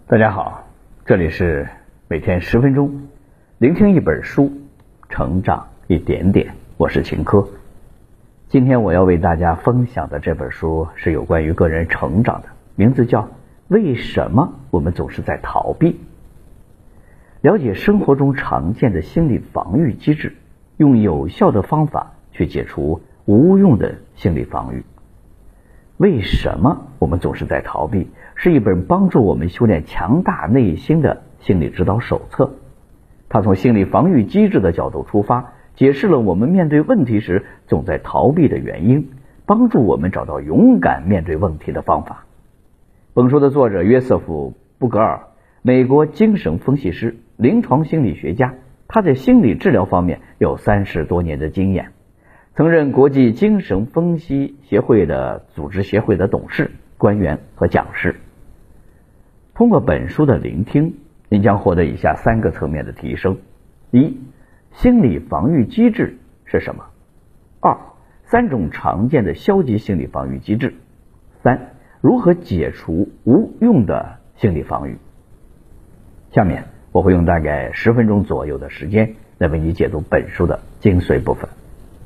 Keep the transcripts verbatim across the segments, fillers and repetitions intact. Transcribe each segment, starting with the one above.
大家好，这里是每天十分钟，聆听一本书，成长一点点。我是秦科。今天我要为大家分享的这本书是有关于个人成长的，名字叫《为什么我们总是在逃避》。了解生活中常见的心理防御机制，用有效的方法去解除无用的心理防御。为什么我们总是在逃避？是一本帮助我们修炼强大内心的心理指导手册。它从心理防御机制的角度出发，解释了我们面对问题时总在逃避的原因，帮助我们找到勇敢面对问题的方法。本书的作者约瑟夫·布格尔，美国精神分析师、临床心理学家，他在心理治疗方面有三十多年的经验，曾任国际精神分析协会的组织协会的董事、官员和讲师。通过本书的聆听，您将获得以下三个层面的提升：一、心理防御机制是什么？二、三种常见的消极心理防御机制；三、如何解除无用的心理防御。下面我会用大概十分钟左右的时间来为你解读本书的精髓部分。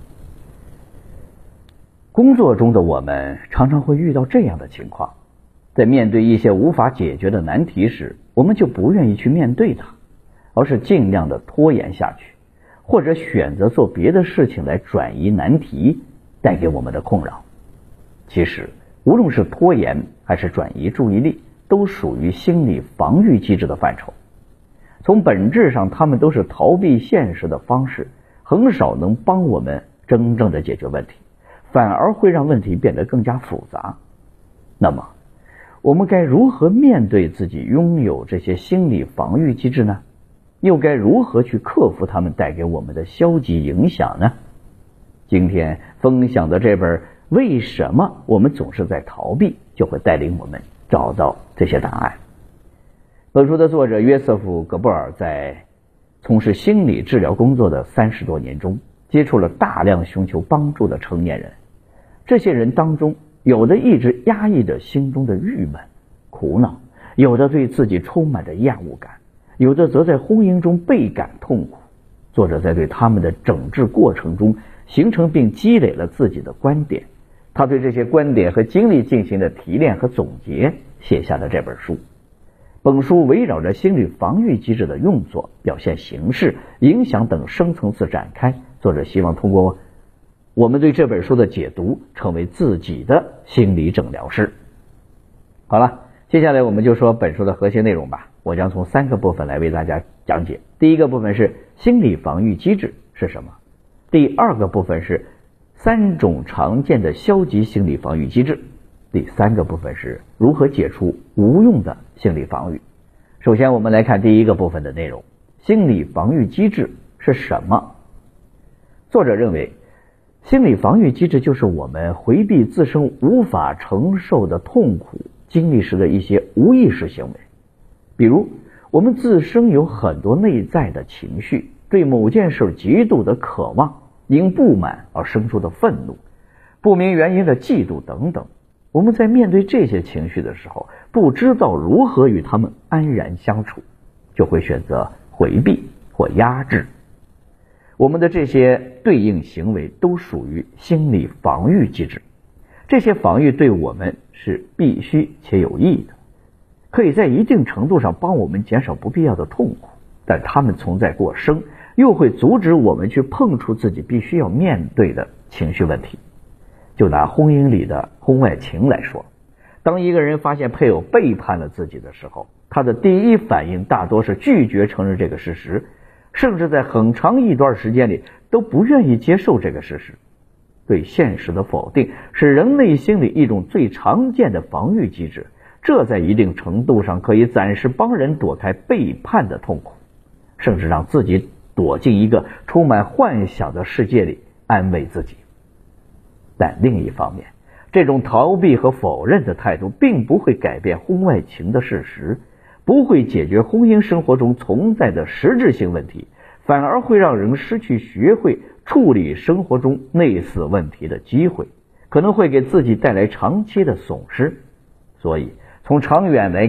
工作中的我们常常会遇到这样的情况，在面对一些无法解决的难题时，我们就不愿意去面对它，而是尽量的拖延下去，或者选择做别的事情来转移难题带给我们的困扰。其实无论是拖延还是转移注意力，都属于心理防御机制的范畴。从本质上，它们都是逃避现实的方式，很少能帮我们真正的解决问题，反而会让问题变得更加复杂。那么我们该如何面对自己拥有这些心理防御机制呢？又该如何去克服它们带给我们的消极影响呢？今天分享的这本《为什么我们总是在逃避》就会带领我们找到这些答案。本书的作者约瑟夫·葛布尔在从事心理治疗工作的三十多年中，接触了大量寻求帮助的成年人。这些人当中，有的一直压抑着心中的郁闷、苦恼，有的对自己充满着厌恶感，有的则在婚姻中倍感痛苦。作者在对他们的整治过程中形成并积累了自己的观点，他对这些观点和经历进行了提炼和总结，写下了这本书。本书围绕着心理防御机制的运作、表现形式、影响等深层次展开。作者希望通过我们对这本书的解读，成为自己的心理诊疗师。好了，接下来我们就说本书的核心内容吧。我将从三个部分来为大家讲解。第一个部分是心理防御机制是什么？第二个部分是三种常见的消极心理防御机制。第三个部分是如何解除无用的心理防御。首先我们来看第一个部分的内容，心理防御机制是什么？作者认为，心理防御机制就是我们回避自身无法承受的痛苦经历时的一些无意识行为。比如，我们自身有很多内在的情绪，对某件事极度的渴望，因不满而生出的愤怒，不明原因的嫉妒等等。我们在面对这些情绪的时候，不知道如何与他们安然相处，就会选择回避或压制。我们的这些对应行为都属于心理防御机制，这些防御对我们是必须且有益的，可以在一定程度上帮我们减少不必要的痛苦，但它们存在过深，又会阻止我们去碰触自己必须要面对的情绪问题。就拿婚姻里的婚外情来说，当一个人发现配偶背叛了自己的时候，他的第一反应大多是拒绝承认这个事实，甚至在很长一段时间里都不愿意接受这个事实。对现实的否定是人内心里一种最常见的防御机制，这在一定程度上可以暂时帮人躲开背叛的痛苦，甚至让自己躲进一个充满幻想的世界里安慰自己。但另一方面，这种逃避和否认的态度并不会改变婚外情的事实，不会解决婚姻生活中存在的实质性问题，反而会让人失去学会处理生活中类似问题的机会，可能会给自己带来长期的损失。所以从长远来看，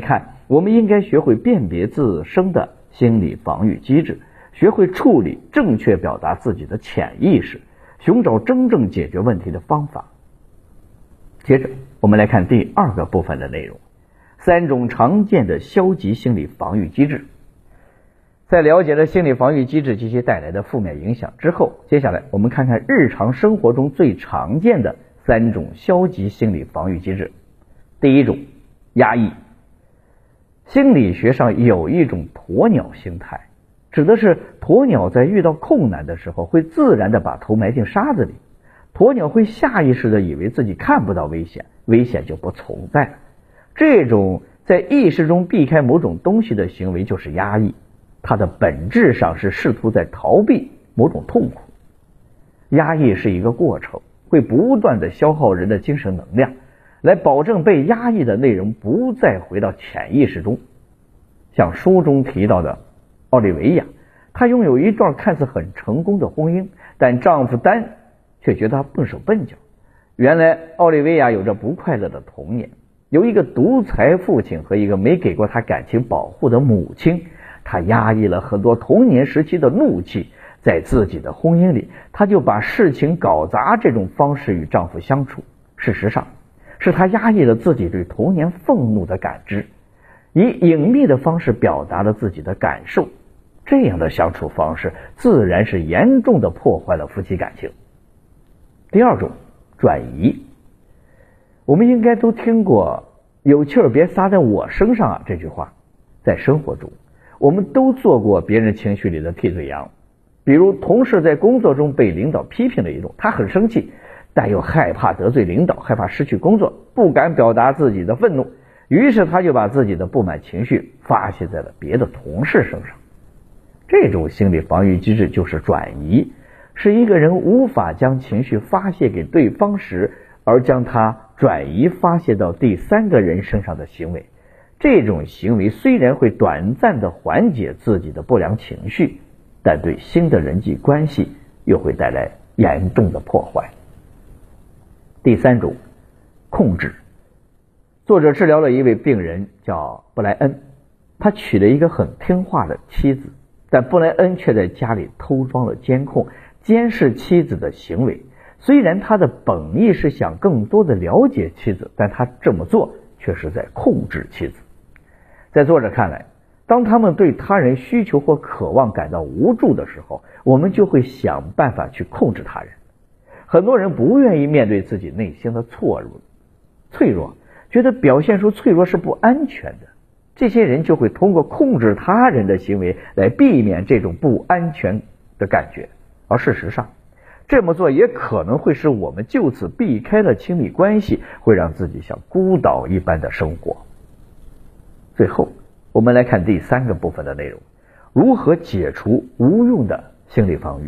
我们应该学会辨别自身的心理防御机制，学会处理正确表达自己的潜意识，寻找真正解决问题的方法。接着我们来看第二个部分的内容，三种常见的消极心理防御机制。在了解了心理防御机制及其带来的负面影响之后，接下来我们看看日常生活中最常见的三种消极心理防御机制。第一种，压抑。心理学上有一种鸵鸟心态，指的是鸵鸟在遇到困难的时候会自然的把头埋进沙子里，鸵鸟会下意识的以为自己看不到危险，危险就不存在了。这种在意识中避开某种东西的行为就是压抑，它的本质上是试图在逃避某种痛苦。压抑是一个过程，会不断的消耗人的精神能量，来保证被压抑的内容不再回到潜意识中。像书中提到的奥利维亚，她拥有一段看似很成功的婚姻，但丈夫丹却觉得她笨手笨脚。原来奥利维亚有着不快乐的童年，有一个独裁父亲和一个没给过她感情保护的母亲，她压抑了很多童年时期的怒气，在自己的婚姻里，她就把事情搞砸这种方式与丈夫相处。事实上是她压抑了自己对童年愤怒的感知，以隐秘的方式表达了自己的感受。这样的相处方式自然是严重的破坏了夫妻感情。第二种，转移。我们应该都听过有气儿别撒在我身上啊这句话。在生活中我们都做过别人情绪里的替罪羊，比如同事在工作中被领导批评了一顿，他很生气，但又害怕得罪领导，害怕失去工作，不敢表达自己的愤怒，于是他就把自己的不满情绪发泄在了别的同事身上。这种心理防御机制就是转移，是一个人无法将情绪发泄给对方时，而将它转移发泄到第三个人身上的行为。这种行为虽然会短暂的缓解自己的不良情绪，但对新的人际关系又会带来严重的破坏。第三种，控制。作者治疗了一位病人叫布莱恩，他娶了一个很听话的妻子，但布莱恩却在家里偷装了监控，监视妻子的行为。虽然他的本意是想更多的了解妻子，但他这么做却是在控制妻子。在作者看来，当他们对他人需求或渴望感到无助的时候，我们就会想办法去控制他人。很多人不愿意面对自己内心的脆弱，脆弱，觉得表现出脆弱是不安全的。这些人就会通过控制他人的行为来避免这种不安全的感觉，而事实上这么做也可能会使我们就此避开了亲密关系，会让自己像孤岛一般的生活。最后我们来看第三个部分的内容，如何解除无用的心理防御。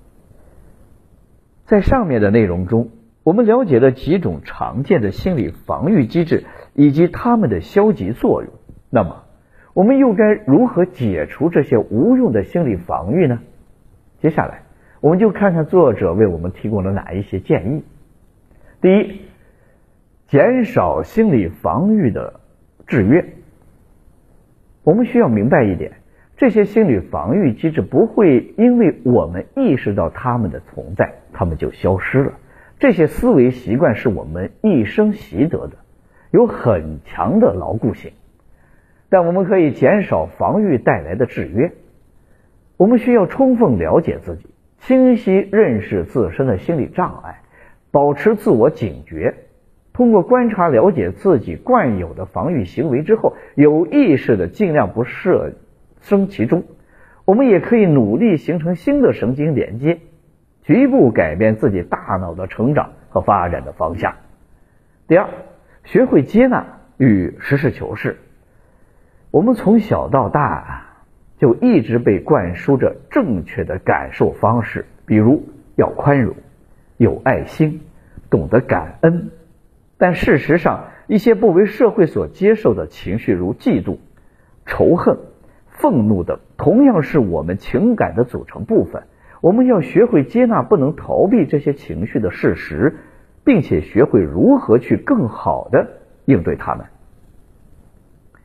在上面的内容中，我们了解了几种常见的心理防御机制以及它们的消极作用。那么我们又该如何解除这些无用的心理防御呢？接下来我们就看看作者为我们提供了哪一些建议。第一，减少心理防御的制约。我们需要明白一点，这些心理防御机制不会因为我们意识到它们的存在，它们就消失了。这些思维习惯是我们一生习得的，有很强的牢固性。但我们可以减少防御带来的制约。我们需要充分了解自己，清晰认识自身的心理障碍，保持自我警觉。通过观察了解自己惯有的防御行为之后，有意识的尽量不涉生其中。我们也可以努力形成新的神经连接，局部改变自己大脑的成长和发展的方向。第二，学会接纳与实事求是。我们从小到大就一直被灌输着正确的感受方式，比如要宽容、有爱心、懂得感恩。但事实上，一些不为社会所接受的情绪，如嫉妒、仇恨、愤怒等，同样是我们情感的组成部分。我们要学会接纳不能逃避这些情绪的事实，并且学会如何去更好的应对它们。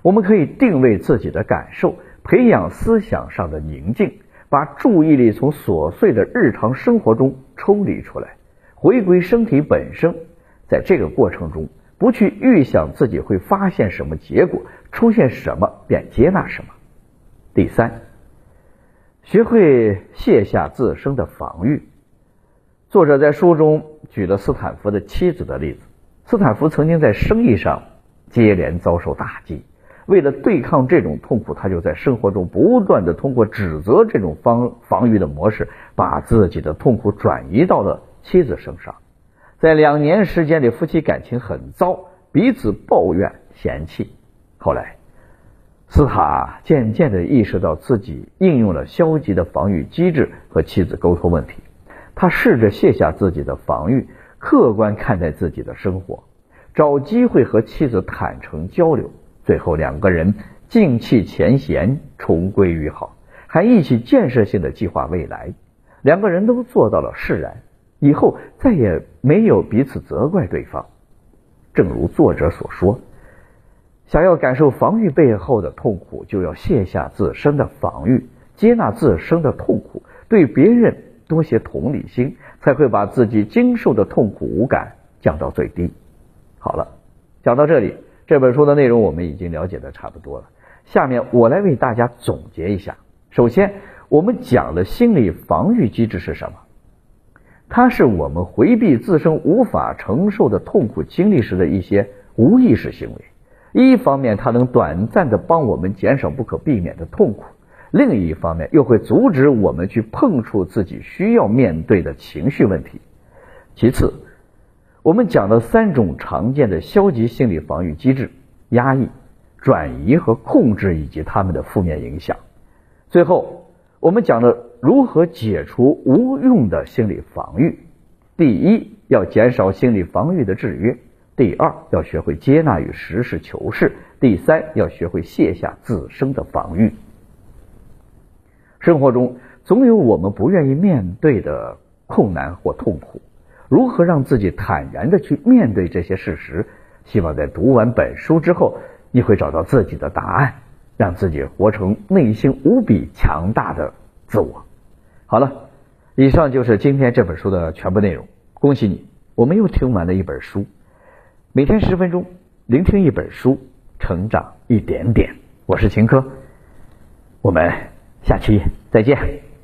我们可以定位自己的感受，培养思想上的宁静，把注意力从琐碎的日常生活中抽离出来，回归身体本身。在这个过程中，不去预想自己会发现什么结果，出现什么便接纳什么。第三，学会卸下自身的防御。作者在书中举了斯坦福的妻子的例子。斯坦福曾经在生意上接连遭受打击，为了对抗这种痛苦，他就在生活中不断的通过指责这种防防御的模式，把自己的痛苦转移到了妻子身上。在两年时间里，夫妻感情很糟，彼此抱怨嫌弃。后来斯塔渐渐地意识到自己应用了消极的防御机制和妻子沟通问题，他试着卸下自己的防御，客观看待自己的生活，找机会和妻子坦诚交流。最后两个人尽弃前嫌，重归于好，还一起建设性的计划未来。两个人都做到了释然，以后再也没有彼此责怪对方。正如作者所说，想要感受防御背后的痛苦，就要卸下自身的防御，接纳自身的痛苦，对别人多些同理心，才会把自己经受的痛苦无感降到最低。好了，讲到这里，这本书的内容我们已经了解的差不多了。下面我来为大家总结一下。首先，我们讲了心理防御机制是什么？它是我们回避自身无法承受的痛苦经历时的一些无意识行为。一方面，它能短暂的帮我们减少不可避免的痛苦，另一方面又会阻止我们去碰触自己需要面对的情绪问题。其次，我们讲了三种常见的消极心理防御机制：压抑、转移和控制，以及它们的负面影响。最后，我们讲了如何解除无用的心理防御。第一，要减少心理防御的制约；第二，要学会接纳与实事求是；第三，要学会卸下自身的防御。生活中总有我们不愿意面对的困难或痛苦，如何让自己坦然地去面对这些事实？希望在读完本书之后，你会找到自己的答案，让自己活成内心无比强大的自我。好了，以上就是今天这本书的全部内容。恭喜你，我们又听完了一本书。每天十分钟，聆听一本书，成长一点点。我是秦科，我们下期再见。